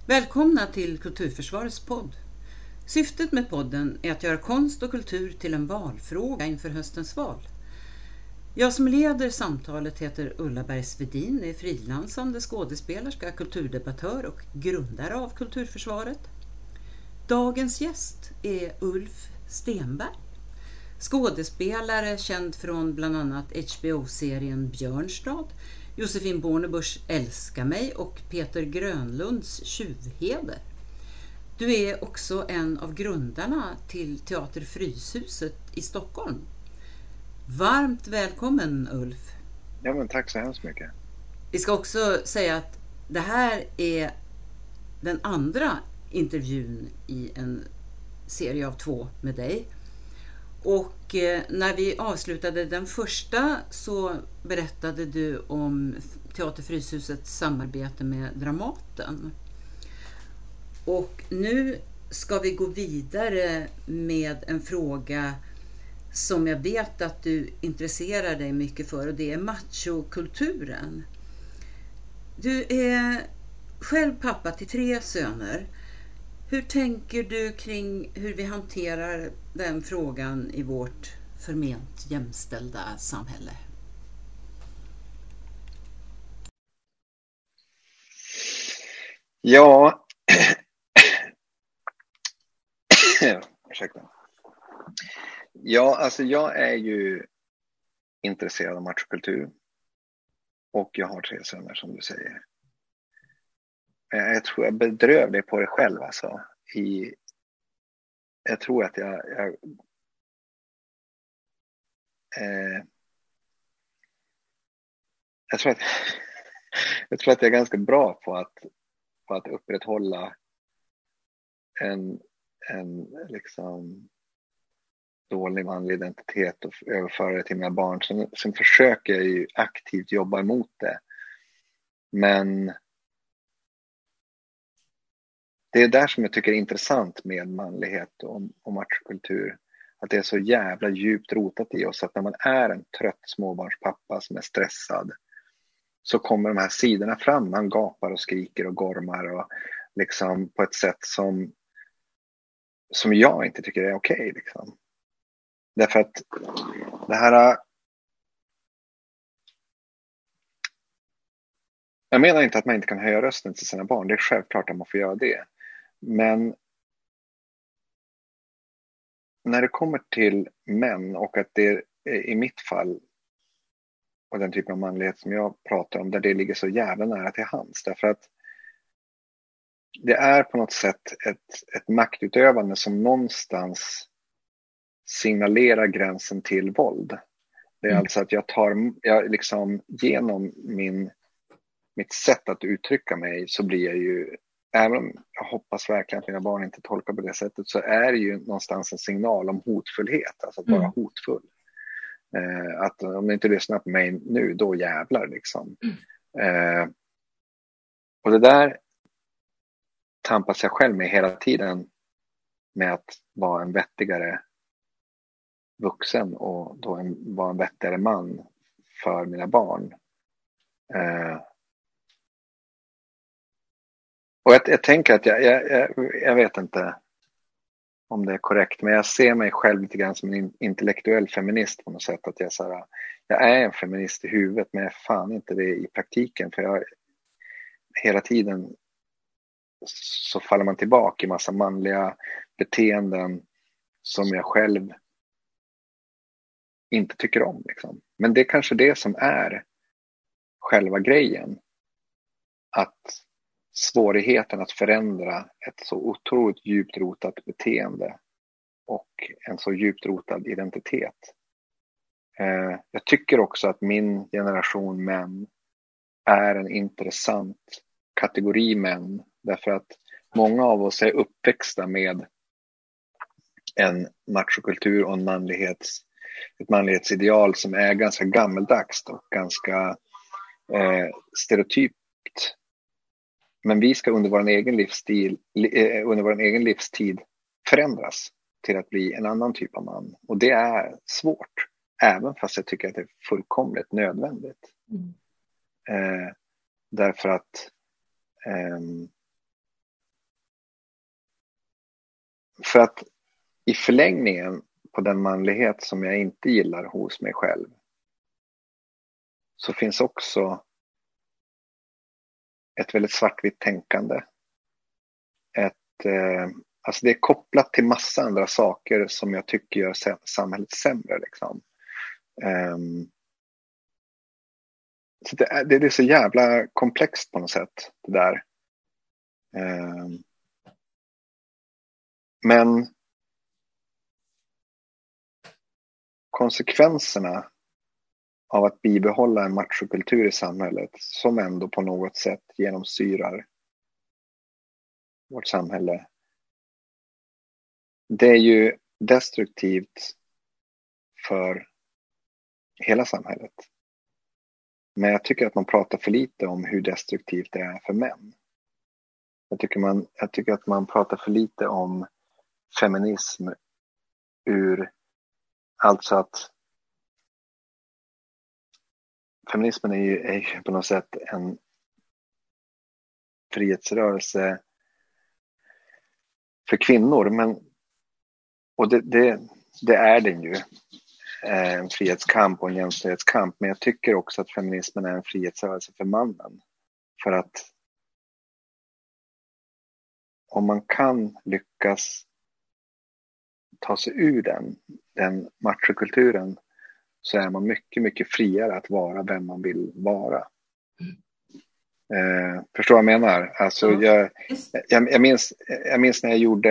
Välkomna till Kulturförsvarets podd. Syftet med podden är att göra konst och kultur till en valfråga inför höstens val. Jag som leder samtalet heter Ulla Bergsvedin, är frilansande skådespelerska, kulturdebattör och grundare av Kulturförsvaret. Dagens gäst är Ulf Stenberg, skådespelare känd från bland annat HBO-serien Björnstad, Josefin Bornebuschs Älska mig och Peter Grönlunds Tjuvheder. Du är också en av grundarna till Teater Fryshuset i Stockholm. Varmt välkommen Ulf. Ja, men tack så hemskt mycket. Vi ska också säga att det här är den andra intervjun i en serie av 2 med dig. Och när vi avslutade den första så berättade du om Teater Fryshusets samarbete med Dramaten. Och nu ska vi gå vidare med en fråga som jag vet att du intresserar dig mycket för, och det är machokulturen. Du är själv pappa till 3 söner. Hur tänker du kring hur vi hanterar den frågan i vårt förment jämställda samhälle? Ja, ursäkta. Ja, alltså jag är ju intresserad av machokultur och jag har 3 söner som du säger. Jag tror jag bedröv dig på det själv alltså. Jag tror att jag tror att jag är ganska bra på att upprätthålla en liksom dålig manlig identitet och överföra det till mina barn. Sen försöker jag ju aktivt jobba emot det. Men det är där som jag tycker är intressant med manlighet och machokultur. Att det är så jävla djupt rotat i oss att när man är en trött småbarnspappa som är stressad så kommer de här sidorna fram. Man gapar och skriker och gormar och liksom på ett sätt som jag inte tycker är okej liksom. Därför att det här... Jag menar inte att man inte kan höja rösten till sina barn. Det är självklart att man får göra det. Men när det kommer till män och att det är i mitt fall och den typen av manlighet som jag pratar om, där det ligger så jävla nära till hands. Därför att det är på något sätt ett maktutövande som någonstans signalerar gränsen till våld. Det är alltså att jag liksom genom mitt sätt att uttrycka mig så blir jag ju, även om jag hoppas verkligen att mina barn inte tolkar på det sättet, så är det ju någonstans en signal om hotfullhet, alltså att vara hotfull. Att om ni inte lyssnar på mig nu, då jävlar liksom. Och det där tampas jag själv med hela tiden, med att vara en vettigare vuxen och då vara en vettigare man för mina barn. Och jag tänker att jag vet inte om det är korrekt, men jag ser mig själv lite grann som en intellektuell feminist på något sätt. Att jag är en feminist i huvudet, men jag är fan inte det i praktiken. För jag hela tiden så faller man tillbaka i massa manliga beteenden som jag själv inte tycker om liksom. Men det är kanske det som är själva grejen, att svårigheten att förändra ett så otroligt djupt rotat beteende och en så djupt rotad identitet. Jag tycker också att min generation män är en intressant kategori män, därför att många av oss är uppväxta med en machokultur och ett manlighetsideal som är ganska gammeldags och ganska stereotypt. Men vi ska under vår egen livstid förändras till att bli en annan typ av man. Och det är svårt, även fast jag tycker att det är fullkomligt nödvändigt. Därför att för att i förlängningen på den manlighet som jag inte gillar hos mig själv, så finns också ett väldigt svartvitt tänkande. Alltså det är kopplat till massa andra saker som jag tycker gör samhället sämre. Liksom. Så det är så jävla komplext på något sätt, det där. Men konsekvenserna av att bibehålla en machokultur i samhället som ändå på något sätt genomsyrar vårt samhälle, det är ju destruktivt för hela samhället. Men jag tycker att man pratar för lite om hur destruktivt det är för män. Jag tycker att man pratar för lite om feminism alltså att feminismen är ju på något sätt en frihetsrörelse för kvinnor, och det är den ju, en frihetskamp och en jämställdhetskamp, men jag tycker också att feminismen är en frihetsrörelse för mannen, för att om man kan lyckas ta sig ur den machokulturen, så är man mycket, mycket friare att vara vem man vill vara. Förstår vad jag menar? Alltså jag minns när jag gjorde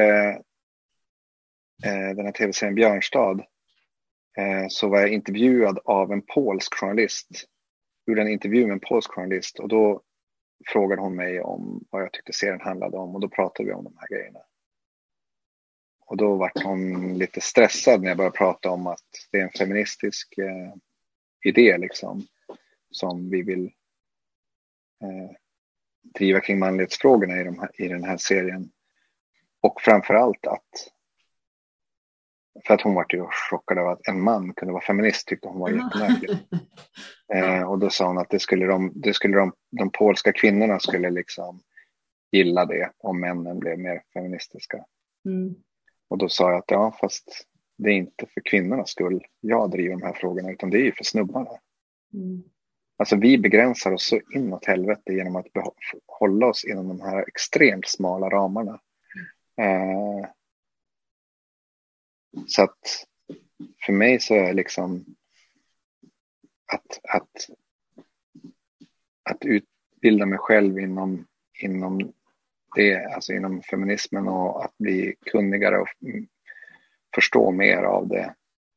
den här tv-serien Björnstad, så var jag intervjuad av en polsk journalist. Jag gjorde en intervju med en polsk journalist, och då frågade hon mig om vad jag tyckte serien handlade om, och då pratade vi om de här grejerna. Och då var hon lite stressad när jag började prata om att det är en feministisk idé liksom, som vi vill driva kring manlighetsfrågorna i den här serien. Och framförallt för att hon var ju chockad av att en man kunde vara feminist, tyckte hon var jättemärkligt. Och då sa hon att de polska kvinnorna skulle liksom gilla det om männen blev mer feministiska. Och då sa jag att ja, fast det är inte för kvinnornas skull jag driver de här frågorna, utan det är ju för snubbarna. Alltså vi begränsar oss så inåt helvete genom att hålla oss inom de här extremt smala ramarna. Så att för mig så är liksom att utbilda mig själv inom det, alltså inom feminismen, och att bli kunnigare och förstå mer av det,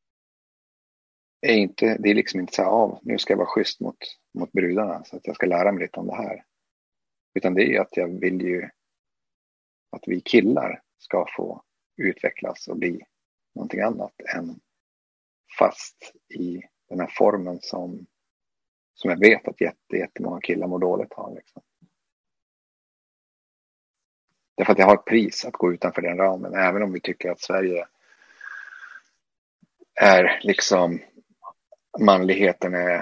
det är liksom inte så här, nu ska jag vara schysst mot brudarna så att jag ska lära mig lite om det här, utan det är ju att jag vill ju att vi killar ska få utvecklas och bli någonting annat än fast i den här formen som jag vet att jättemånga killar mår dåligt av liksom. Därför att jag har ett pris att gå utanför den ramen, även om vi tycker att Sverige är liksom, manligheten är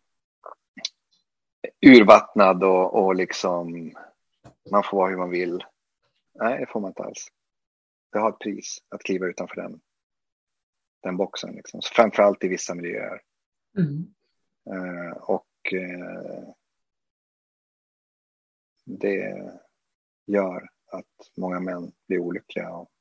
urvattnad och liksom man får vara hur man vill. Nej, det får man inte alls. Det har ett pris att kliva utanför den boxen liksom. Så framförallt i vissa miljöer. Det gör att många män blir olyckliga och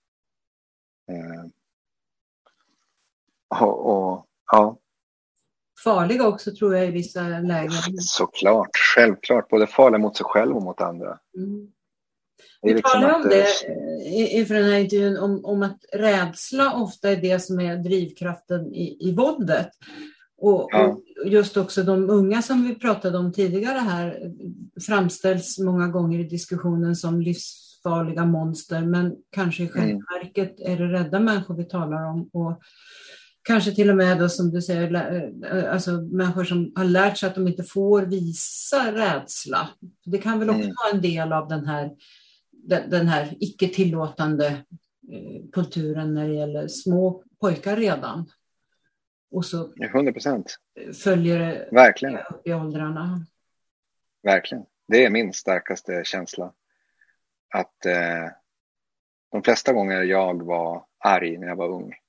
ja. Farliga också, tror jag, i vissa lägen. Såklart, självklart. Både farliga mot sig själv och mot andra. Vi liksom talar om det inför den här intervjun, om att rädsla ofta är det som är drivkraften i våldet. Och just också de unga som vi pratade om tidigare här framställs många gånger i diskussionen som livsfarliga monster, men kanske i själva verket är det rädda människor vi talar om, och kanske till och med då, som du säger, alltså människor som har lärt sig att de inte får visa rädsla. Det kan väl också vara en del av den här icke-tillåtande kulturen när det gäller små pojkar redan. Och så 100% följer det verkligen upp i åldrarna. Verkligen. Det är min starkaste känsla. Att de flesta gånger jag var arg när jag var ung,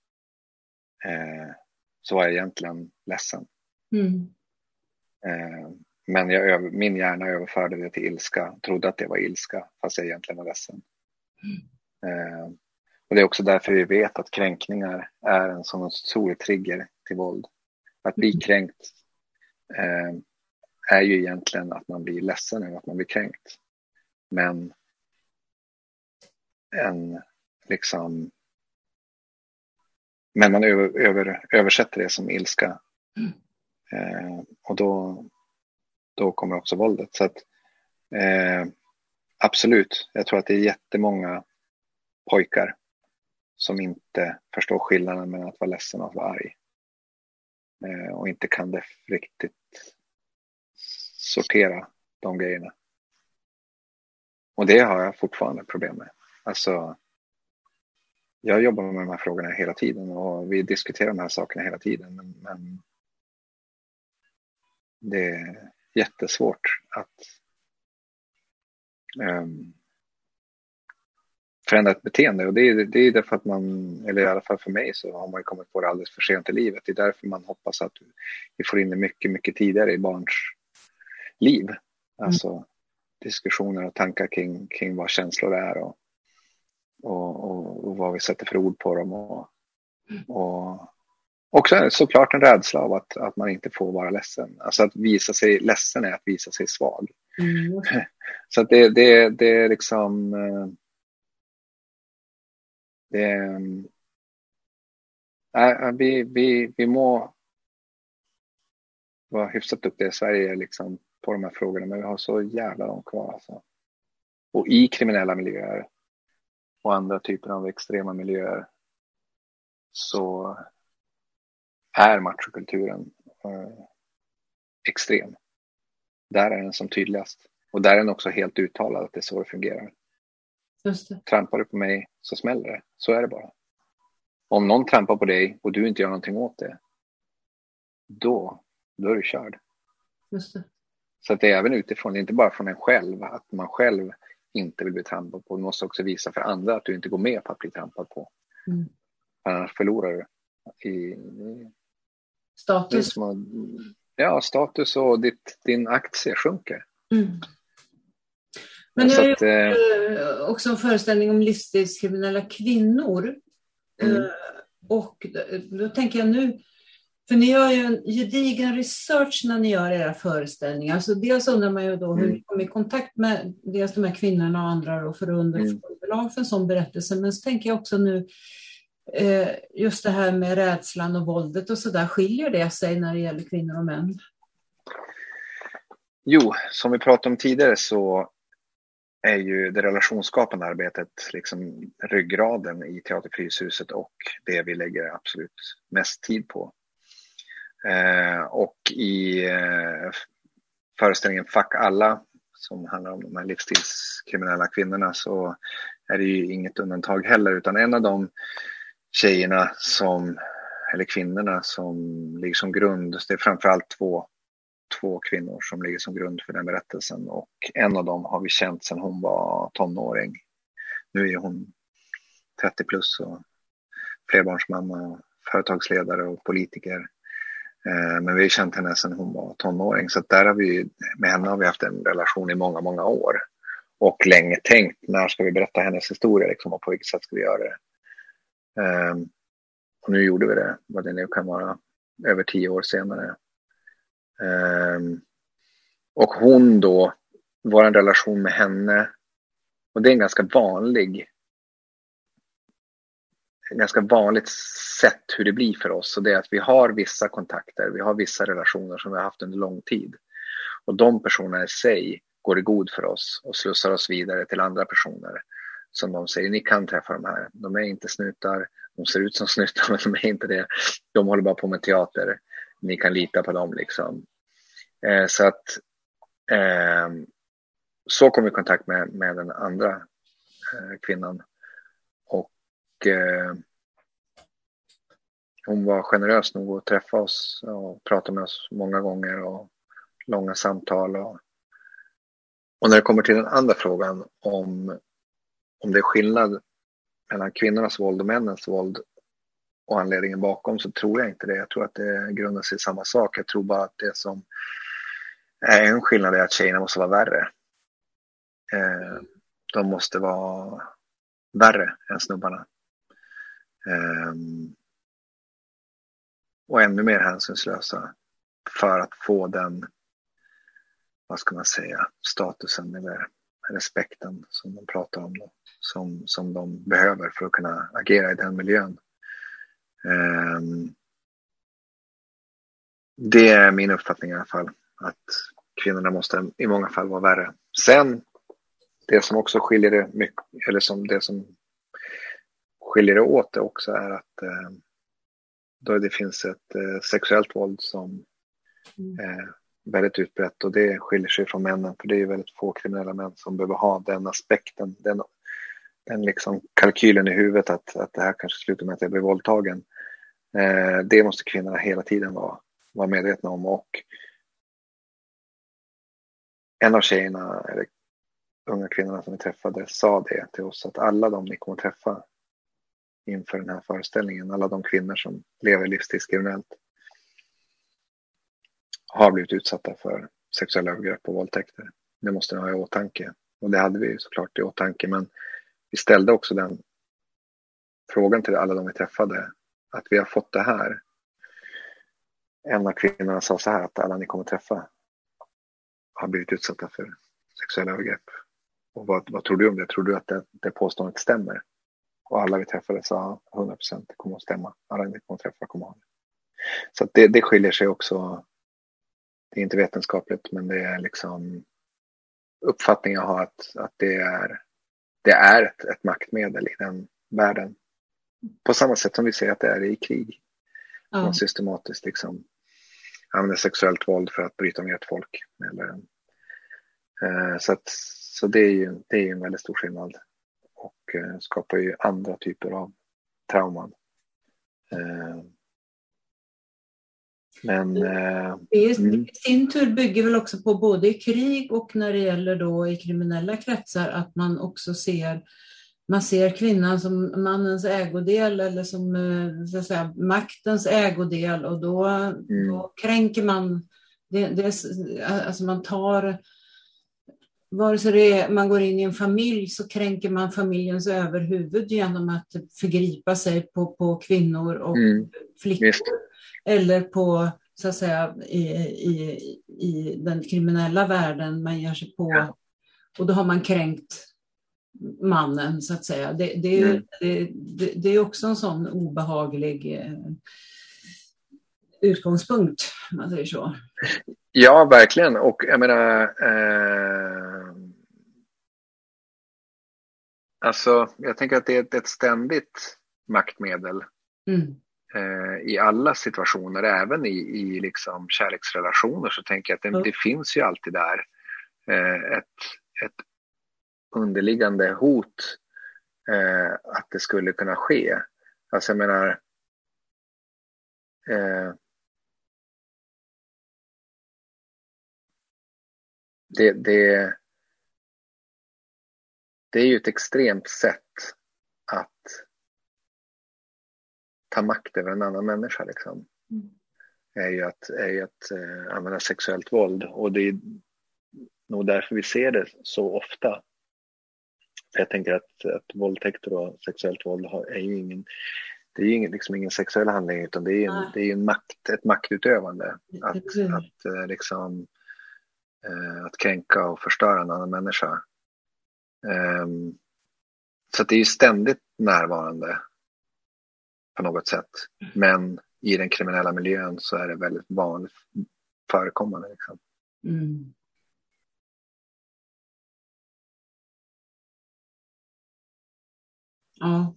så var jag egentligen ledsen. Men min hjärna överförde det till ilska, trodde att det var ilska fast jag egentligen var ledsen. Och det är också därför vi vet att kränkningar är en sån stor trigger till våld. Att bli kränkt är ju egentligen att man blir ledsen över att man blir kränkt. Men man översätter det som ilska. Och då kommer också våldet. Så att absolut, jag tror att det är jättemånga pojkar som inte förstår skillnaden mellan att vara ledsen och att vara arg. Och inte kan det riktigt sortera de grejerna. Och det har jag fortfarande problem med. Alltså, jag jobbar med de här frågorna hela tiden och vi diskuterar de här sakerna hela tiden. Men det är jättesvårt att förändra ett beteende. Och det är därför att man, eller i alla fall för mig, så har man kommit på det alldeles för sent i livet. Det är därför man hoppas att vi får in det mycket, mycket tidigare i barns liv. Alltså diskussioner och tankar kring vad känslor är och vad vi sätter för ord på dem. Och också såklart en rädsla av att man inte får vara ledsen. Alltså att visa sig ledsen är att visa sig svag. Så att det är liksom... Vi må vara hyfsat duktiga i Sverige liksom på de här frågorna, men vi har så jävla långt kvar alltså. Och i kriminella miljöer och andra typer av extrema miljöer så är machokulturen extrem. Där är den som tydligast. Och där är den också helt uttalad att det är så det fungerar. Just det. Trampar du på mig så smäller det. Så är det bara. Om någon trampar på dig och du inte gör någonting åt det, då är du körd. Just det. Så att det är även utifrån, det är inte bara från en själv, att man själv inte vill bli trampad på. Du måste också visa för andra att du inte går med på att bli trampad på. Annars förlorar du i status. Ja, status och din aktie sjunker. Men jag har också en föreställning om livsstilskriminella kvinnor. Och då tänker jag nu, för ni gör ju en gedigen research när ni gör era föreställningar. Så dels undrar man ju då hur ni kommer i kontakt med dels de här kvinnorna och andra då, för underlag för en sån berättelse. Men så tänker jag också nu, just det här med rädslan och våldet och så där, skiljer det sig när det gäller kvinnor och män? Jo, som vi pratade om tidigare så är ju det relationsskapande arbetet liksom ryggraden i Teaterfryshuset och det vi lägger absolut mest tid på. Och i föreställningen Fuck alla, som handlar om de här livsstilskriminella kvinnorna, så är det ju inget undantag heller, utan en av de tjejerna eller kvinnorna som ligger som grund, det är framförallt två kvinnor som ligger som grund för den berättelsen, och en av dem har vi känt sedan hon var tonåring. Nu är hon 30 plus och flerbarnsmamma, företagsledare och politiker. Men vi har känt henne sedan hon var tonåring, så att där med henne har vi haft en relation i många, många år och länge tänkt, när ska vi berätta hennes historia liksom, och på vilket sätt ska vi göra det. Och nu gjorde vi det, vad det nu kan vara, över 10 år senare. Och hon då, vår relation med henne, och det är en ganska vanligt sätt hur det blir för oss, och det är att vi har vissa kontakter, vi har vissa relationer som vi har haft under lång tid, och de personerna i sig går i god för oss och slussar oss vidare till andra personer som de säger, ni kan träffa de här, de är inte snutar, de ser ut som snutar men de är inte det, de håller bara på med teater, ni kan lita på dem liksom. Så att så kom vi i kontakt med den andra kvinnan, och hon var generös nog att träffa oss och prata med oss många gånger och långa samtal, och när det kommer till den andra frågan om det är skillnad mellan kvinnornas våld och männens våld och anledningen bakom, så tror jag inte det. Jag tror att det grundar sig i samma sak. Jag tror bara att det som är en skillnad är att tjejerna måste vara värre. De måste vara värre än snubbarna. Och ännu mer hänsynslösa för att få den, vad ska man säga, statusen eller respekten som de pratar om då, som de behöver för att kunna agera i den miljön. Det är min uppfattning i alla fall, att kvinnorna måste i många fall vara värre. Sen det som också skiljer det mycket, eller som det som skiljer det åt det också, är att då det finns ett sexuellt våld som är väldigt utbrett, och det skiljer sig från männen, för det är väldigt få kriminella män som behöver ha den aspekten, den liksom kalkylen i huvudet att det här kanske slutar med att jag blir våldtagen. Det måste kvinnorna hela tiden vara medvetna om, och en av tjejerna, eller unga kvinnorna som vi träffade, sa det till oss, att alla de ni kommer att träffa inför den här föreställningen, alla de kvinnor som lever livstidskriminellt har blivit utsatta för sexuella övergrepp och våldtäkter. Det måste ni ha i åtanke. Och det hade vi såklart i åtanke, men vi ställde också den frågan till alla de vi träffade, att vi har fått det här. En av kvinnorna sa så här, att alla ni kommer att träffa har blivit utsatta för sexuella övergrepp. Och vad tror du om det? Tror du att det påståendet stämmer? Och alla vi träffade sa 100% det kommer att stämma. Alla ni kommer att träffa kommer att ha det. Så att det skiljer sig också. Det är inte vetenskapligt, men det är liksom uppfattningen jag har att det är ett maktmedel i den världen. På samma sätt som vi ser att det är i krig. Man systematiskt liksom använder sexuellt våld för att bryta ner ett folk. Så det är ju en väldigt stor skillnad. Och skapar ju andra typer av trauman. Men i sin tur bygger väl också på både i krig och när det gäller då i kriminella kretsar, att man också ser kvinnan som mannens ägodel, eller som så att säga, maktens ägodel, och då kränker man alltså man tar, vare sig man går in i en familj, så kränker man familjens överhuvud genom att förgripa sig på kvinnor och flickor. Just. Eller på, så att säga, i den kriminella världen man ger sig på. Ja. Och då har man kränkt mannen, så att säga. Det är också en sån obehaglig utgångspunkt, man säger så. Ja, verkligen. Och jag menar, alltså jag tänker att det är ett ständigt maktmedel i alla situationer, även i liksom kärleksrelationer, så tänker jag att det finns ju alltid där ett underliggande hot att det skulle kunna ske. Alltså jag menar, det är ju ett extremt sätt att ta makt över en annan människa liksom. Är ju att använda sexuellt våld, och det är nog därför vi ser det så ofta. Jag tänker att våldtäkter och sexuellt våld är ju ingen sexuell handling, utan det är ju ett maktutövande att kränka och förstöra en annan människa. Så det är ju ständigt närvarande på något sätt, men i den kriminella miljön så är det väldigt vanligt förekommande liksom. Ja.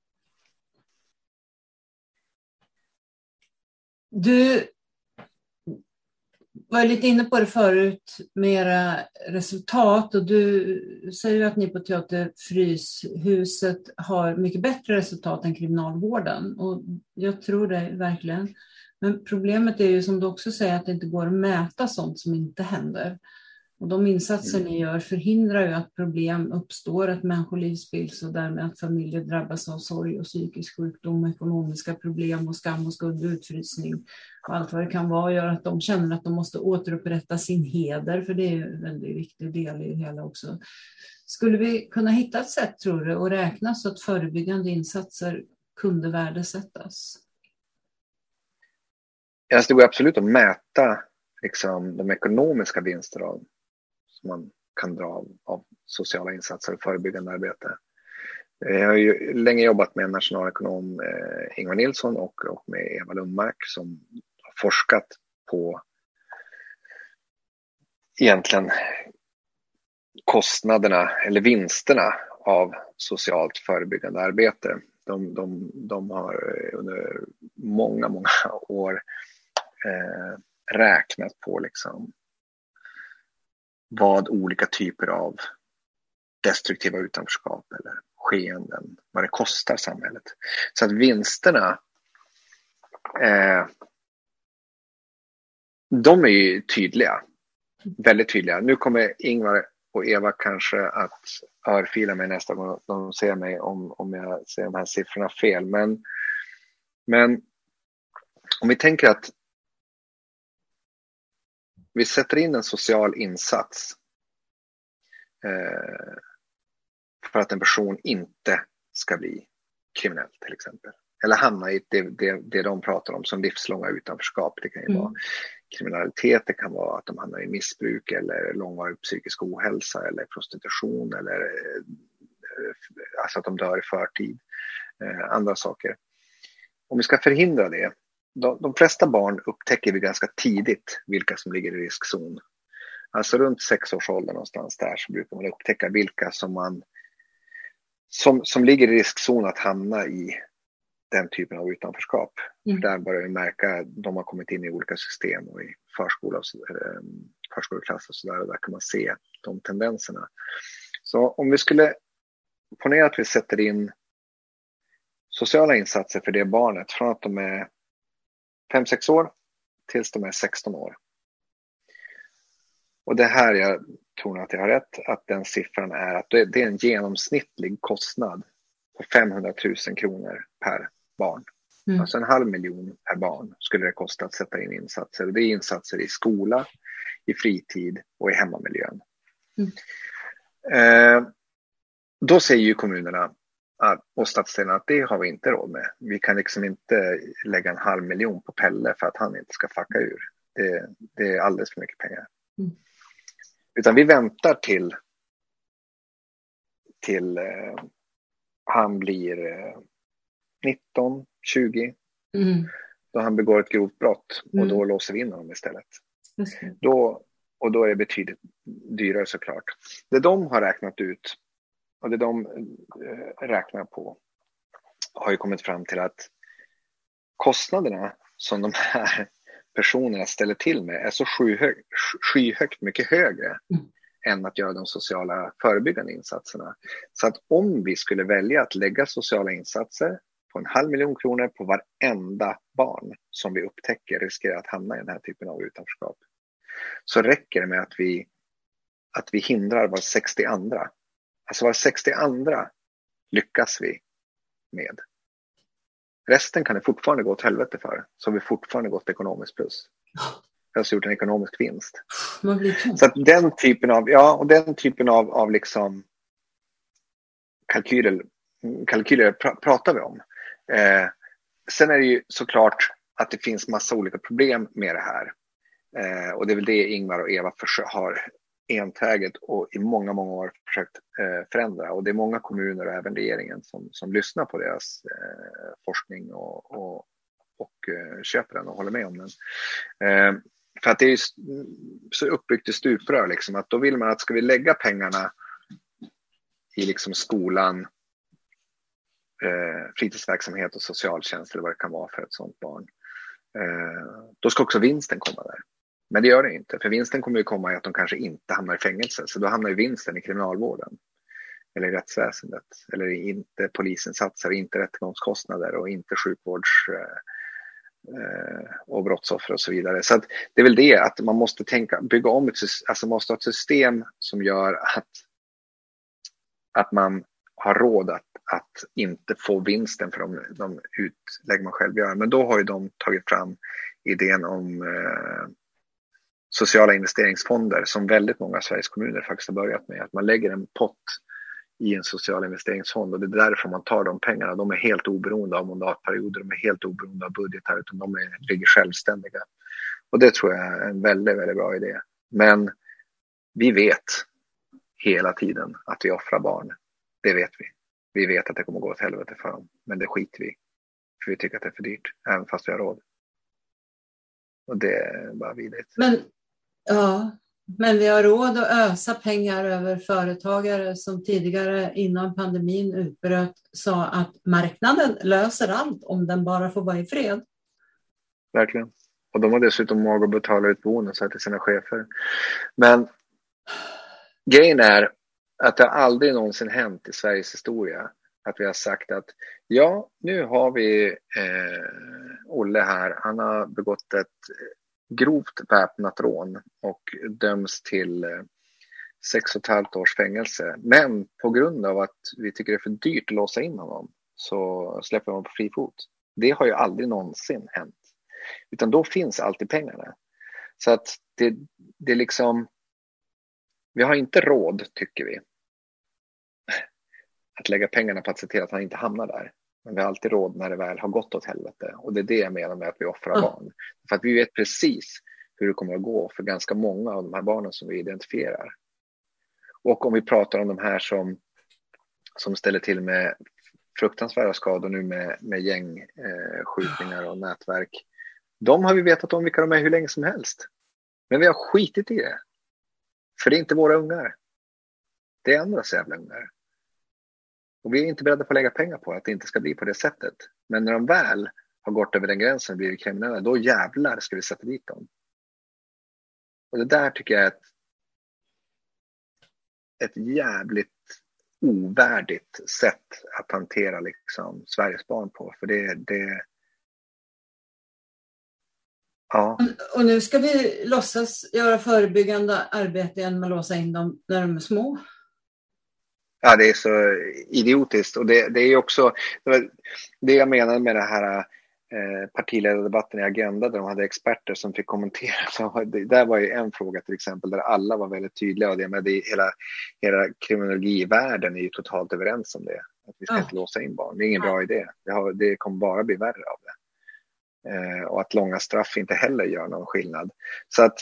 Du var lite inne på det förut med era resultat, och du säger att ni på Teater Fryshuset har mycket bättre resultat än kriminalvården, och jag tror det verkligen. Men problemet är ju, som du också säger, att det inte går att mäta sånt som inte händer. Och de insatser ni gör förhindrar ju att problem uppstår, att människoliv spills och därmed att familjer drabbas av sorg och psykisk sjukdom, ekonomiska problem och skam och skuld och utfrysning och allt vad det kan vara, och gör att de känner att de måste återupprätta sin heder, för det är en väldigt viktig del i det hela också. Skulle vi kunna hitta ett sätt, tror du, att räkna så att förebyggande insatser kunde värdesättas? Det går absolut att mäta liksom, de ekonomiska vinster som man kan dra av sociala insatser och förebyggande arbete. Jag har ju länge jobbat med nationalekonom Ingvar Nilsson och med Eva Lundmark som har forskat på egentligen kostnaderna eller vinsterna av socialt förebyggande arbete. De har under många år räknat på liksom vad olika typer av destruktiva utanförskap eller skeenden, vad det kostar samhället. Så att vinsterna de är ju tydliga, väldigt tydliga. Nu kommer Ingvar och Eva kanske att örfila mig nästa gång de ser mig om jag ser de här siffrorna fel. Men om vi tänker att vi sätter in en social insats för att en person inte ska bli kriminell till exempel. Eller hamna i det de pratar om som livslånga utanförskap. Det kan ju vara kriminalitet, det kan vara att de hamnar i missbruk eller långvarig psykisk ohälsa eller prostitution eller alltså att de dör i förtid. Andra saker. Om vi ska förhindra det, de flesta barn upptäcker vi ganska tidigt vilka som ligger i riskzon. Alltså runt 6-årsåldern någonstans där så brukar man upptäcka vilka som ligger i riskzon att hamna i den typen av utanförskap. Där börjar vi märka att de har kommit in i olika system och i förskoleklass och sådär. Och där kan man se de tendenserna. Så om vi skulle ponera att vi sätter in sociala insatser för det barnet från att de är 5-6 år tills de är 16 år. Och det här jag tror att jag har rätt, att den siffran är att det är en genomsnittlig kostnad på 500 000 kronor per barn. Alltså 500 000 per barn skulle det kosta att sätta in insatser. Det är insatser i skola, i fritid och i hemmamiljön. Då säger ju kommunerna och stadsdelarna att det har vi inte råd med. Vi kan liksom inte lägga 500 000 på Pelle för att han inte ska fucka ur. Det är alldeles för mycket pengar. Utan vi väntar till han blir 19, 20. Då han begår ett grovt brott och då låser vi in honom istället. Då är det betydligt dyrare såklart. Det de har räknat ut och det de räknar på har ju kommit fram till att kostnaderna som de här personerna ställer till med är så skyhögt mycket högre än att göra de sociala förebyggande insatserna. Så att om vi skulle välja att lägga sociala insatser på 500 000 kronor på varenda barn som vi upptäcker riskerar att hamna i den här typen av utanförskap, så räcker det med att vi hindrar var 60 andra. Alltså var 60 andra lyckas vi med. Resten kan det fortfarande gå åt helvete för. Så vi fortfarande gått ekonomiskt plus. Jag har gjort en ekonomisk vinst. Så att den typen av liksom kalkyler pratar vi om. Sen är det ju såklart att det finns massa olika problem med det här. Och det är väl det Ingvar och Eva har enträget och i många år försökt förändra. Och det är många kommuner och även regeringen som lyssnar på deras forskning och köper den och håller med om den. För att det är så uppbyggt i stuprör liksom, att då vill man att ska vi lägga pengarna i liksom skolan, fritidsverksamhet och socialtjänst eller vad det kan vara för ett sånt barn, då ska också vinsten komma där. Men det gör det inte, för vinsten kommer ju komma i att de kanske inte hamnar i fängelse. Så då hamnar ju vinsten i kriminalvården eller i rättsväsendet, eller inte polisinsatser, inte rättegångskostnader och inte och brottsoffer och så vidare. Så att det är väl det att man måste bygga om alltså måste ha ett system som gör att man har råd att inte få vinsten för de utlägg man själv gör. Men då har ju de tagit fram idén om sociala investeringsfonder som väldigt många av Sveriges kommuner faktiskt har börjat med. Att man lägger en pott i en social investeringsfond och det är därför man tar de pengarna. De är helt oberoende av mandatperioder, de är helt oberoende av budgetar utan de ligger självständiga. Och det tror jag är en väldigt, väldigt bra idé. Men vi vet hela tiden att vi offrar barn. Det vet vi. Vi vet att det kommer gå åt helvete för dem. Men det skiter vi. För vi tycker att det är för dyrt. Även fast vi har råd. Och det är bara vidrigt. Men vi har råd att ösa pengar över företagare som tidigare innan pandemin utbröt sa att marknaden löser allt om den bara får vara i fred. Verkligen. Och de har dessutom mag att betala ut bonusar till sina chefer. Men grejen är att det har aldrig någonsin hänt i Sveriges historia att vi har sagt att ja, nu har vi Olle här. Han har begått ett grovt väpnat rån och döms till 6,5 års fängelse. Men på grund av att vi tycker det är för dyrt att låsa in honom så släpper man på fri fot. Det har ju aldrig någonsin hänt. Utan då finns alltid pengarna. Så att det är liksom, vi har inte råd, tycker vi, att lägga pengarna på att se till att han inte hamnar där. Men vi har alltid råd när det väl har gått åt helvete. Och det är det jag menar med att vi offrar barn. För att vi vet precis hur det kommer att gå för ganska många av de här barnen som vi identifierar. Och om vi pratar om de här som ställer till med fruktansvärda skador nu med gängskjutningar och nätverk. De har vi vetat om vilka de är hur länge som helst. Men vi har skitit i det. För det är inte våra ungar. Det är andras jävla ungar. Och vi är inte beredda på att lägga pengar på att det inte ska bli på det sättet. Men när de väl har gått över den gränsen och blivit kriminella, då jävlar ska vi sätta dit dem. Och det där tycker jag är ett jävligt ovärdigt sätt att hantera liksom Sveriges barn på. För det ja. Och nu ska vi låtsas göra förebyggande arbete genom att låsa in dem när de är små. Ja, det är så idiotiskt. Och det är också det jag menar med det här partiledardebatten i Agenda där de hade experter som fick kommentera. Så där var ju en fråga till exempel där alla var väldigt tydliga. Och hela kriminologivärlden är ju totalt överens om det. Att vi ska inte låsa in barn. Det är ingen bra idé. Det kommer bara bli värre av det. Och att långa straff inte heller gör någon skillnad. Så att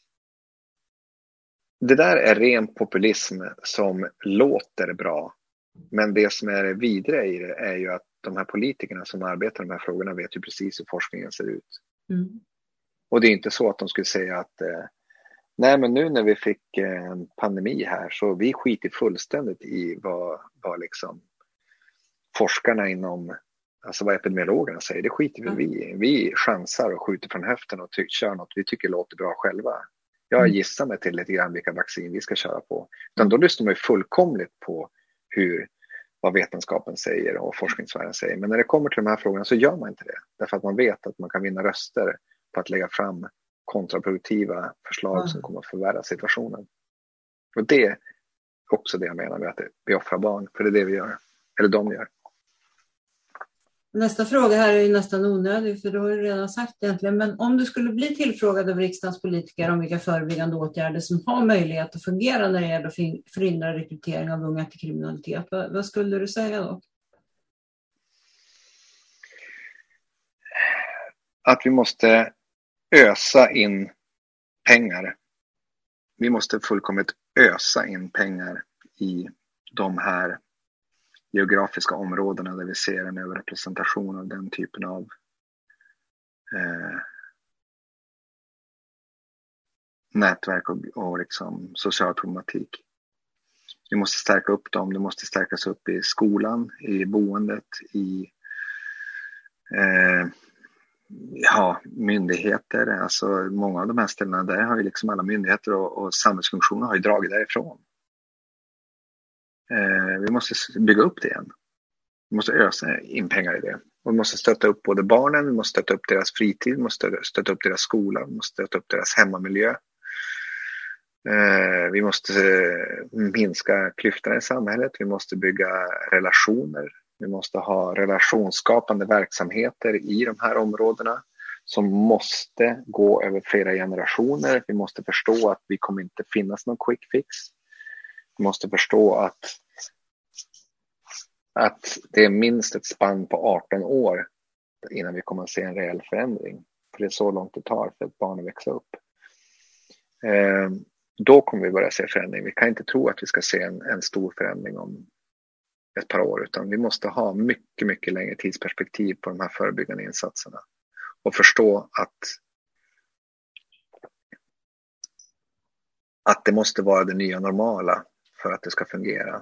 det där är ren populism som låter bra. Men det som är vidare i det är ju att de här politikerna som arbetar med de här frågorna vet ju precis hur forskningen ser ut. Mm. Och det är inte så att de skulle säga att nej, men nu när vi fick en pandemi här så vi skiter fullständigt i vad liksom forskarna inom, alltså vad epidemiologerna säger. Det skiter väl vi i. Vi chansar och skjuter från höften och kör något vi tycker låter bra själva. Jag gissar mig till lite grann vilka vaccin vi ska köra på. Utan då lyssnar man ju fullkomligt på vad vetenskapen säger och forskningsvärlden säger. Men när det kommer till de här frågorna så gör man inte det. Därför att man vet att man kan vinna röster på att lägga fram kontraproduktiva förslag som kommer att förvärra situationen. Och det är också det jag menar med att vi offrar barn. För det är det vi gör. Eller de gör. Nästa fråga här är ju nästan onödig för det har du redan sagt egentligen. Men om du skulle bli tillfrågad av riksdagens politiker om vilka förebyggande åtgärder som har möjlighet att fungera när det gäller att förhindra rekrytering av unga till kriminalitet, vad skulle du säga då? Att vi måste ösa in pengar. Vi måste fullkomligt ösa in pengar i de här geografiska områdena där vi ser en överrepresentation av den typen av nätverk och liksom social problematik. Vi måste stärka upp dem. Det måste stärkas upp i skolan, i boendet, i myndigheter. Alltså många av de här ställena där har ju liksom alla myndigheter och samhällsfunktioner har ju dragit därifrån. Vi måste bygga upp det igen. Vi måste ösa in pengar i det. Och vi måste stötta upp både barnen, vi måste stötta upp deras fritid, vi måste stötta upp deras skola, vi måste stötta upp deras hemmamiljö. Vi måste minska klyftorna i samhället, vi måste bygga relationer, vi måste ha relationsskapande verksamheter i de här områdena som måste gå över flera generationer. Vi måste förstå att vi kommer inte finnas någon quick fix. Vi måste förstå att det är minst ett spann på 18 år innan vi kommer att se en reell förändring. För det är så långt det tar för ett barn att växa upp. Då kommer vi börja se förändring. Vi kan inte tro att vi ska se en stor förändring om ett par år, utan vi måste ha mycket, mycket längre tidsperspektiv på de här förebyggande insatserna. Och förstå att det måste vara det nya normala för att det ska fungera.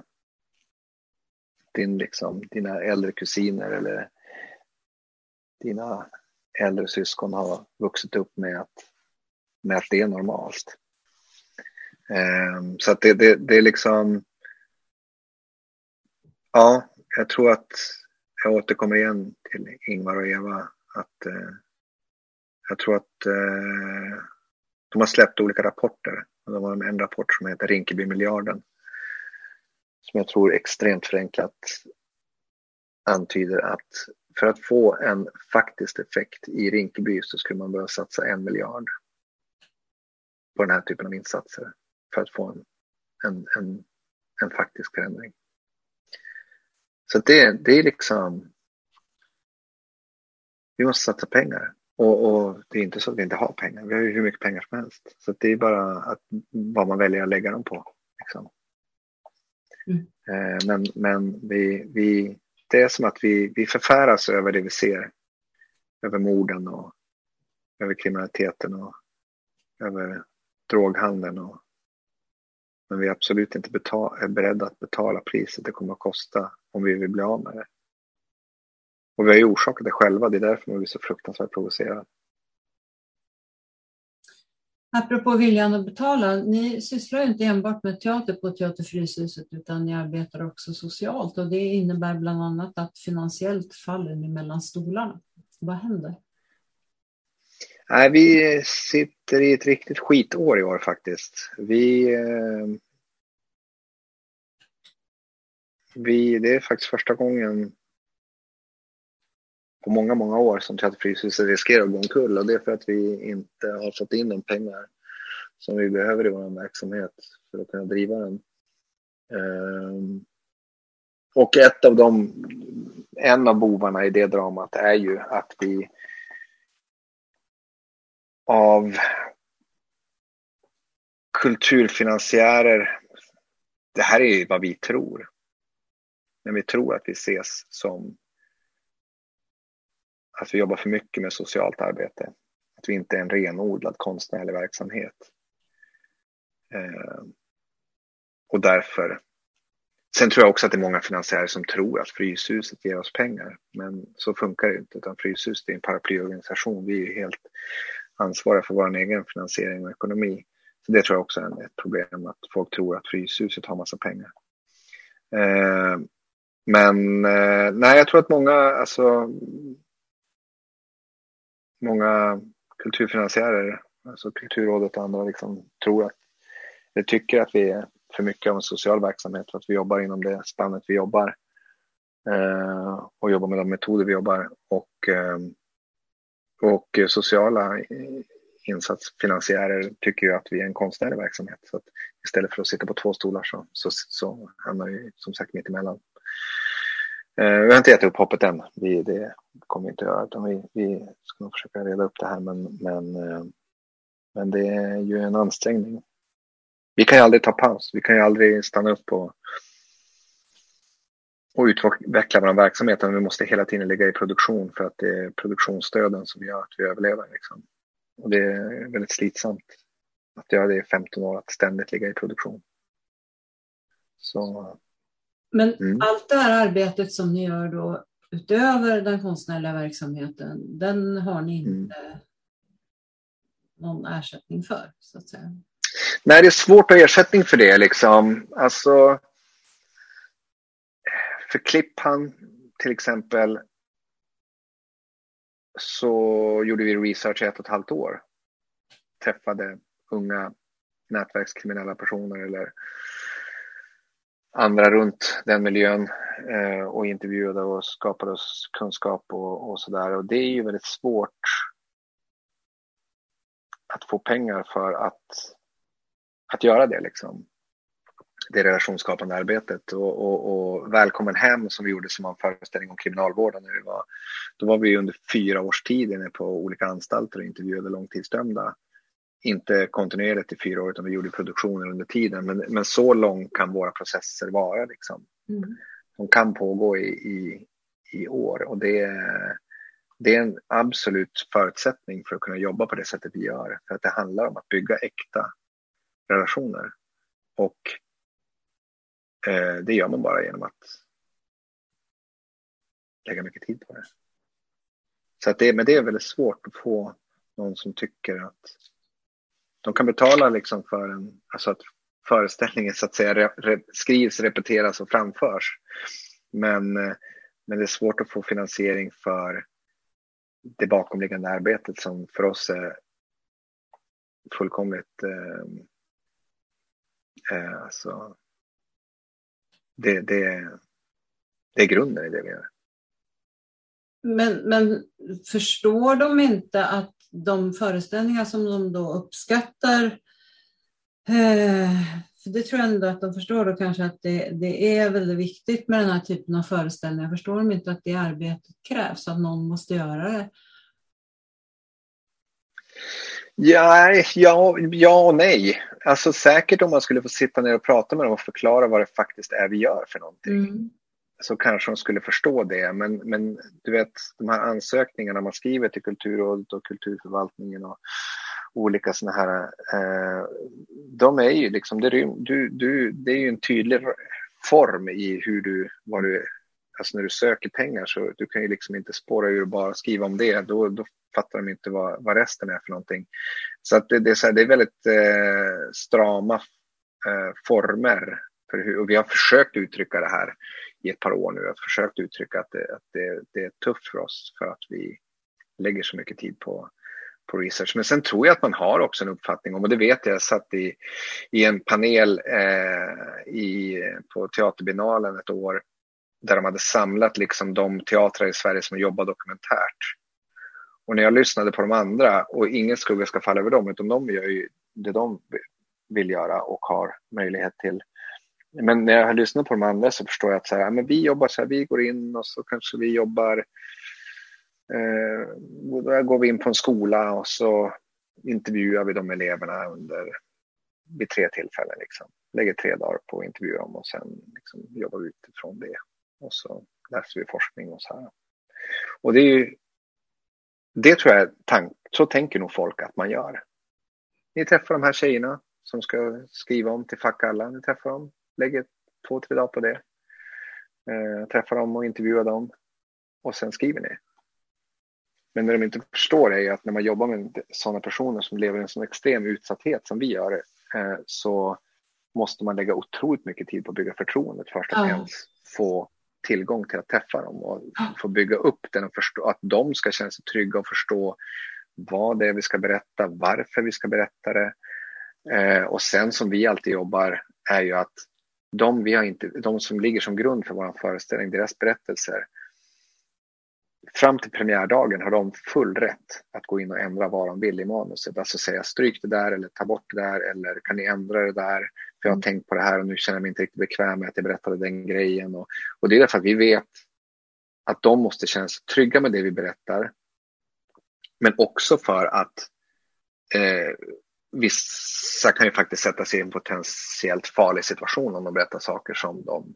Dina äldre kusiner eller dina äldre syskon har vuxit upp med att det är normalt. Så att det är liksom, ja, jag tror att jag återkommer igen till Ingvar och Eva att jag tror att de har släppt olika rapporter. De har en rapport som heter Rinkeby-miljarden som jag tror extremt förenklat antyder att för att få en faktisk effekt i Rinkeby så skulle man behöva satsa 1 miljard på den här typen av insatser för att få en faktisk förändring. Så det är liksom, vi måste satsa pengar och det är inte så att vi inte har pengar. Vi har ju hur mycket pengar som helst. Så det är bara vad man väljer att lägga dem på. Liksom. Men det är som att vi förfäras över det vi ser. Över morden och över kriminaliteten och över droghandeln. Men vi är absolut inte är beredda att betala priset det kommer att kosta om vi vill bli av med det. Och vi har ju orsakat det själva, det är därför vi är så fruktansvärt provocerade. Apropå viljan att betala, ni sysslar ju inte enbart med teater på Teater Fryshuset utan ni arbetar också socialt och det innebär bland annat att finansiellt faller ni mellan stolarna. Vad händer? Nej, vi sitter i ett riktigt skitår i år faktiskt. Det är faktiskt första gången på många, många år som Teater Fryshuset riskerar att gå omkull och det är för att vi inte har fått in de pengar som vi behöver i vår verksamhet för att kunna driva den. Och en av bovarna i det dramat är ju att vi av kulturfinansiärer, det här är ju vad vi tror. Men vi tror att vi ses som att vi jobbar för mycket med socialt arbete. Att vi inte är en renodlad konstnärlig verksamhet. Och därför. Sen tror jag också att det är många finansiärer som tror att Fryshuset ger oss pengar. Men så funkar det inte. Utan Fryshuset är en paraplyorganisation. Vi är ju helt ansvariga för vår egen finansiering och ekonomi. Så det tror jag också är ett problem. Att folk tror att Fryshuset har massa pengar. Men nej, jag tror att många kulturfinansiärer, alltså Kulturrådet och andra liksom tycker att vi är för mycket av en social verksamhet för att vi jobbar inom det spannet vi jobbar och jobbar med de metoder vi jobbar och sociala insatsfinansiärer tycker ju att vi är en konstnärlig verksamhet så att istället för att sitta på 2 stolar så hamnar vi som sagt mitt emellan. Vi har inte gett upp hoppet än. Det kommer vi inte göra utan vi ska nog försöka reda upp det här men det är ju en ansträngning. Vi kan ju aldrig ta paus. Vi kan ju aldrig stanna upp och utveckla vår verksamhet. Vi måste hela tiden ligga i produktion för att det är produktionsstöden som gör att vi överlever. Liksom. Och det är väldigt slitsamt att göra det i 15 år att ständigt ligga i produktion. Så... Men allt det här arbetet som ni gör då utöver den konstnärliga verksamheten, den har ni inte någon ersättning för, så att säga? Nej, det är svårt att ha ersättning för det liksom. Alltså för Klippan till exempel så gjorde vi research i 1,5 år. Träffade unga nätverkskriminella personer eller andra runt den miljön och intervjuade och skapade oss kunskap och sådär. Och det är ju väldigt svårt att få pengar för att göra det liksom. Det relationsskapande arbetet och Välkommen hem som vi gjorde som en föreställning om kriminalvården när då var vi under 4 års tid inne på olika anstalter och intervjuade långtidsdömda. Inte kontinuerligt i 4 år utan vi gjorde produktioner under tiden. Men så lång kan våra processer vara liksom. De kan pågå i år och det är en absolut förutsättning för att kunna jobba på det sättet vi gör. För att det handlar om att bygga äkta relationer. Och det gör man bara genom att lägga mycket tid på det. Så att men det är väldigt svårt att få någon som tycker att de kan betala liksom för alltså att föreställningen så att säga skrivs, repeteras och framförs. Men det är svårt att få finansiering för det bakomliggande arbetet som för oss är fullkomligt alltså det är grunden i det vi gör. Men förstår de inte att de föreställningar som de då uppskattar, för det tror jag ändå att de förstår då kanske att det är väldigt viktigt med den här typen av föreställningar. Förstår de inte att det arbetet krävs, att någon måste göra det? Ja och nej. Alltså säkert om man skulle få sitta ner och prata med dem och förklara vad det faktiskt är vi gör för någonting. Så kanske de skulle förstå det. Men du vet, de här ansökningarna man skriver till Kulturrådet och Kulturförvaltningen och olika såna här, de är ju liksom, det är ju en tydlig form i alltså när du söker pengar så du kan ju liksom inte spåra ur och bara skriva om det. Då fattar de inte vad resten är för någonting. Så att det är väldigt strama former. Och vi har försökt uttrycka det här i ett par år nu. Jag har försökt uttrycka att det är tufft för oss för att vi lägger så mycket tid på research. Men sen tror jag att man har också en uppfattning om, och det vet jag satt i en panel på Teaterbinalen ett år där de hade samlat liksom de teatrar i Sverige som jobbar dokumentärt. Och när jag lyssnade på de andra, och ingen skugga ska falla över dem, utan de gör ju det de vill göra och har möjlighet till. Men när jag har lyssnat på de andra så förstår jag att så här, men vi jobbar så här, vi går in och så kanske vi jobbar, då går vi in på en skola och så intervjuar vi de eleverna vid 3 tillfällen. Liksom. Lägger 3 dagar på att intervjua dem och sen liksom jobbar vi utifrån det. Och så läser vi forskning och så här. Och det tror jag så tänker nog folk att man gör. Ni träffar de här tjejerna som ska skriva om till Fuck alla. Ni träffar dem, lägger 2-3 dagar på det. Träffar dem och intervjuar dem. Och sen skriver ni. Men när de inte förstår är att när man jobbar med sådana personer som lever i en sån extrem utsatthet som vi gör, så måste man lägga otroligt mycket tid på att bygga förtroendet först att ens få tillgång till att träffa dem och få bygga upp den och förstå att de ska känna sig trygga och förstå vad det är vi ska berätta, varför vi ska berätta det. Och sen som vi alltid jobbar är ju att de som ligger som grund för vår föreställning, deras berättelser, fram till premiärdagen har de full rätt att gå in och ändra vad de vill i manuset. Alltså säga stryk det där eller ta bort det där eller kan ni ändra det där för jag har tänkt på det här och nu känner jag mig inte riktigt bekväm med att jag berättade den grejen. Och det är därför att vi vet att de måste känna sig trygga med det vi berättar. Men också för att vissa kan ju faktiskt sätta sig i en potentiellt farlig situation om de berättar saker som de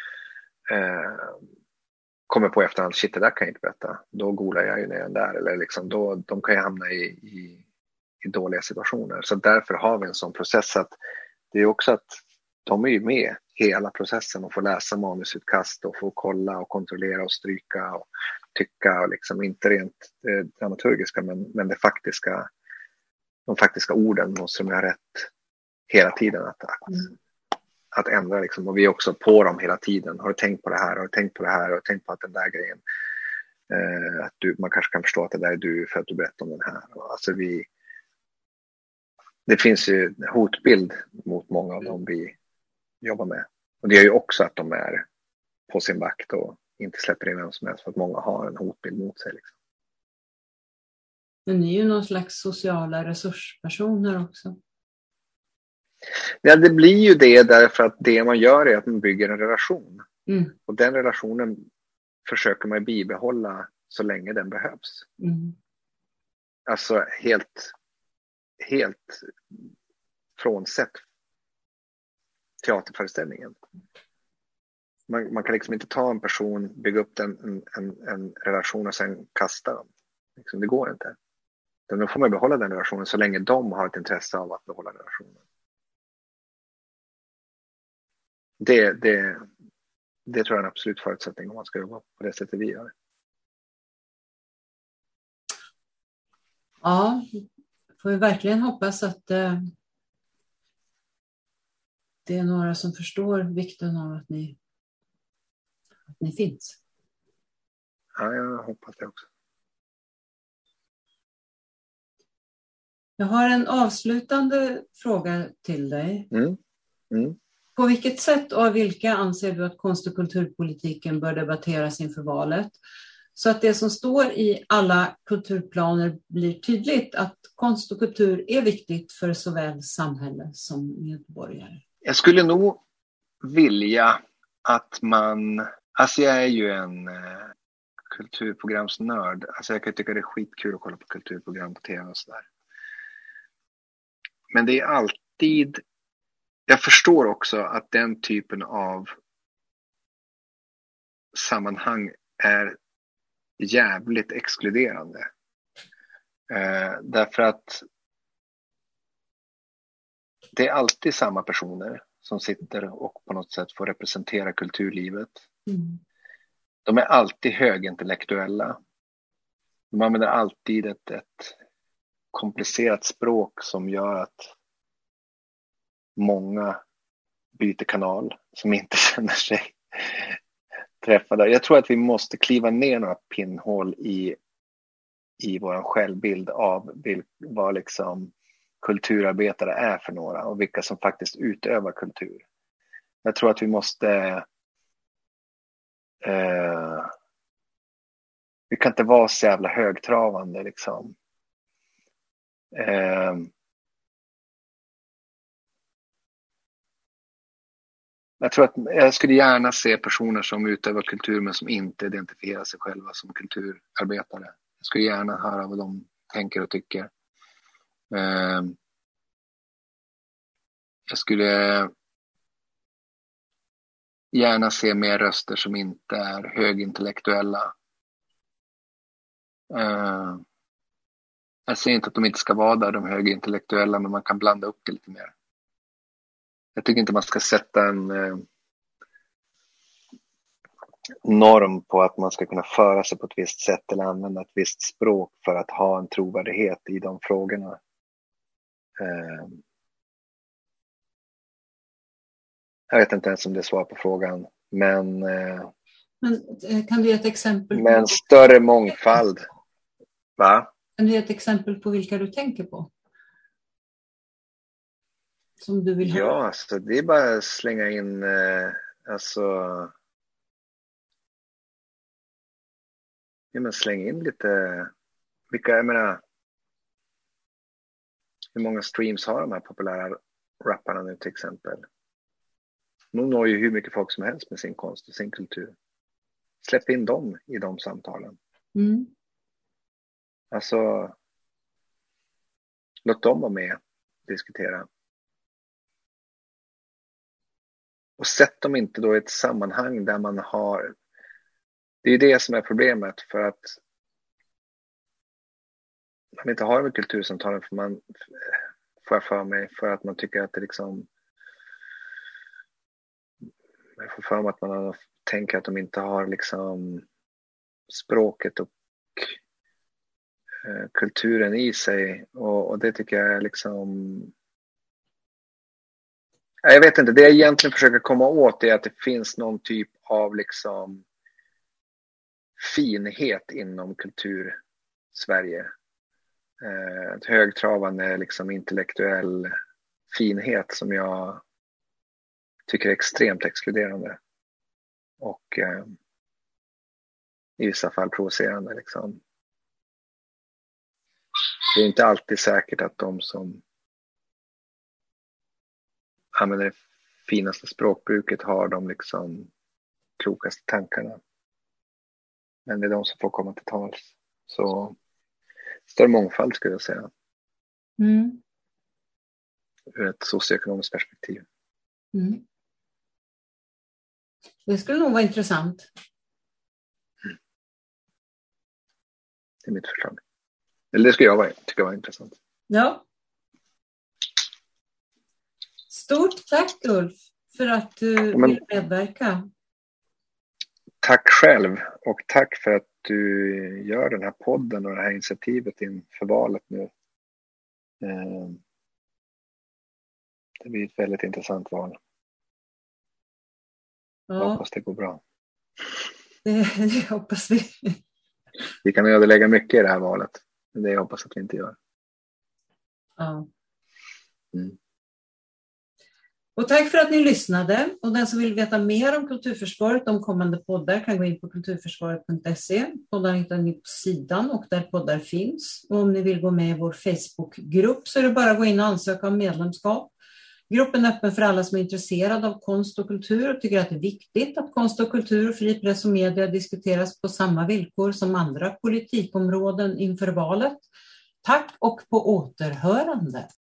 kommer på efterhand, shit det där kan jag inte berätta. Då golar jag ju ner den där. Eller liksom, de kan ju hamna i dåliga situationer. Så därför har vi en sån process att det är också att de är ju med hela processen och får läsa manusutkast och får kolla och kontrollera och stryka och tycka och liksom inte rent dramaturgiska men det faktiska, de faktiska orden måste de ha rätt hela tiden att ändra liksom. Och vi är också på dem hela tiden. Har du tänkt på det här? Har du tänkt på det här? Har du tänkt på att den där grejen? Att man kanske kan förstå att det där är du för att du berättar om den här. Alltså det finns ju hotbild mot många av dem vi jobbar med. Och det gör ju också att de är på sin vakt och inte släpper in vem som helst, för att många har en hotbild mot sig. Liksom. Men ni är ju någon slags sociala resurspersoner också. Ja, det blir ju det därför att det man gör är att man bygger en relation. Mm. Och den relationen försöker man bibehålla så länge den behövs. Mm. Alltså helt frånsett teaterföreställningen. Man kan liksom inte ta en person, bygga upp en relation och sen kasta dem. Liksom, det går inte. Då får man behålla den relationen så länge de har ett intresse av att behålla relationen. Det tror jag är en absolut förutsättning om man ska jobba på det sättet vi gör. Ja, får vi verkligen hoppas att det är några som förstår vikten av att ni finns. Ja, jag hoppas det också. Jag har en avslutande fråga till dig. På vilket sätt och av vilka anser du att konst- och kulturpolitiken bör debatteras inför valet? Så att det som står i alla kulturplaner blir tydligt att konst och kultur är viktigt för såväl samhälle som medborgare. Jag skulle nog vilja att man... Alltså jag är ju en kulturprogramsnörd. Alltså jag kan tycka det är skitkul att kolla på kulturprogram på tv och sådär. Men det är alltid... Jag förstår också att den typen av sammanhang är jävligt exkluderande. Därför att det är alltid samma personer som sitter och på något sätt får representera kulturlivet. Mm. De är alltid högintellektuella. De använder alltid ett komplicerat språk som gör att många byter kanal som inte känner sig träffade. Jag tror att vi måste kliva ner några pinnhål i vår självbild av vad liksom kulturarbetare är för några och vilka som faktiskt utövar kultur. Jag tror att vi måste vi kan inte vara så jävla högtravande liksom. Jag tror att jag skulle gärna se personer som utövar kultur men som inte identifierar sig själva som kulturarbetare. Jag skulle gärna höra vad de tänker och tycker. Jag skulle gärna se mer röster som inte är högintellektuella. Jag säger inte att de inte ska vara där, de högintellektuella, men man kan blanda upp det lite mer. Jag tycker inte man ska sätta en norm på att man ska kunna föra sig på ett visst sätt eller använda ett visst språk för att ha en trovärdighet i de frågorna. Jag vet inte ens om det är svar på frågan, men kan du ge ett exempel? Med en större mångfald. Va? Kan du ge ett exempel på vilka du tänker på? Som du vill ha? Ja, alltså det är bara att slänga in släng in lite vilka, jag menar, hur många streams har de här populära rapparna nu till exempel? De når ju hur mycket folk som helst med sin konst och sin kultur. Släpp in dem i de samtalen. Mm. Alltså låt dem vara med och diskutera. Och sätt dem inte då i ett sammanhang där man har... Det är det som är problemet, för att man inte har med kultursamtalen för att man tycker att det liksom... Jag får för mig att man tänker att de inte har liksom språket och kulturen i sig, och det tycker jag är liksom... Jag vet inte, det jag egentligen försöker komma åt är att det finns någon typ av liksom finhet inom kultur-Sverige. Ett högtravande liksom intellektuell finhet som jag tycker är extremt exkluderande. Och i vissa fall provocerande liksom. Det är inte alltid säkert att de som använder det finaste språkbruket har de liksom klokaste tankarna. Men det är de som får komma till tals. Så större mångfald skulle jag säga. Mm. Ur ett socioekonomiskt perspektiv. Mm. Det skulle nog vara intressant. Mm. Det är mitt förslag. Eller det skulle jag tycka var intressant. Ja. Stort tack Ulf för att du vill medverka. Tack själv och tack för att du gör den här podden och det här initiativet inför valet nu. Det blir ett väldigt intressant val. Ja. Jag hoppas det går bra. Det hoppas vi. Vi kan ödelägga mycket i det här valet. Men det jag hoppas att vi inte gör. Ja. Mm. Och tack för att ni lyssnade. Och den som vill veta mer om Kulturförsvaret, om kommande poddar, kan gå in på kulturförsvaret.se. Poddar hittar ni på sidan och där poddar finns. Och om ni vill gå med i vår Facebookgrupp så är det bara att gå in och ansöka om medlemskap. Gruppen är öppen för alla som är intresserade av konst och kultur och tycker att det är viktigt att konst och kultur, fri press och media diskuteras på samma villkor som andra politikområden inför valet. Tack och på återhörande.